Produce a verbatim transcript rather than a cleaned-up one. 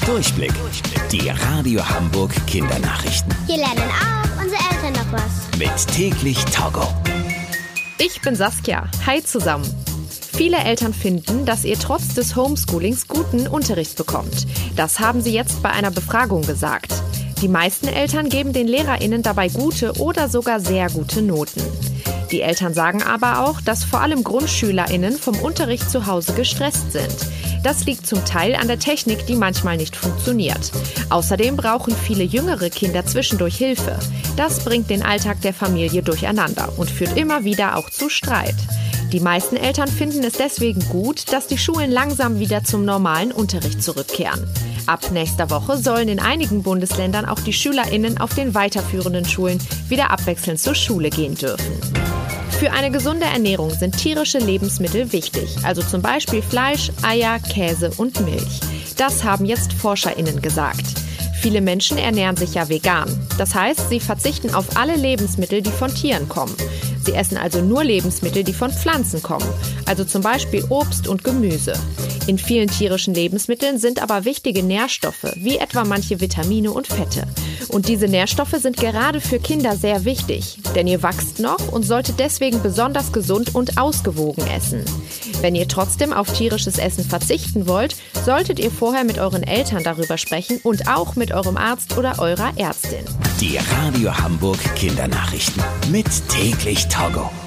Durchblick. Die Radio Hamburg Kindernachrichten. Hier lernen auch unsere Eltern noch was. Mit täglich Togo. Ich bin Saskia. Hi zusammen. Viele Eltern finden, dass ihr trotz des Homeschoolings guten Unterricht bekommt. Das haben sie jetzt bei einer Befragung gesagt. Die meisten Eltern geben den LehrerInnen dabei gute oder sogar sehr gute Noten. Die Eltern sagen aber auch, dass vor allem GrundschülerInnen vom Unterricht zu Hause gestresst sind. Das liegt zum Teil an der Technik, die manchmal nicht funktioniert. Außerdem brauchen viele jüngere Kinder zwischendurch Hilfe. Das bringt den Alltag der Familie durcheinander und führt immer wieder auch zu Streit. Die meisten Eltern finden es deswegen gut, dass die Schulen langsam wieder zum normalen Unterricht zurückkehren. Ab nächster Woche sollen in einigen Bundesländern auch die SchülerInnen auf den weiterführenden Schulen wieder abwechselnd zur Schule gehen dürfen. Für eine gesunde Ernährung sind tierische Lebensmittel wichtig, also zum Beispiel Fleisch, Eier, Käse und Milch. Das haben jetzt ForscherInnen gesagt. Viele Menschen ernähren sich ja vegan. Das heißt, sie verzichten auf alle Lebensmittel, die von Tieren kommen. Sie essen also nur Lebensmittel, die von Pflanzen kommen, also zum Beispiel Obst und Gemüse. In vielen tierischen Lebensmitteln sind aber wichtige Nährstoffe, wie etwa manche Vitamine und Fette. Und diese Nährstoffe sind gerade für Kinder sehr wichtig, denn ihr wachst noch und solltet deswegen besonders gesund und ausgewogen essen. Wenn ihr trotzdem auf tierisches Essen verzichten wollt, solltet ihr vorher mit euren Eltern darüber sprechen und auch mit eurem Arzt oder eurer Ärztin. Die Radio Hamburg Kindernachrichten mit täglich Togo.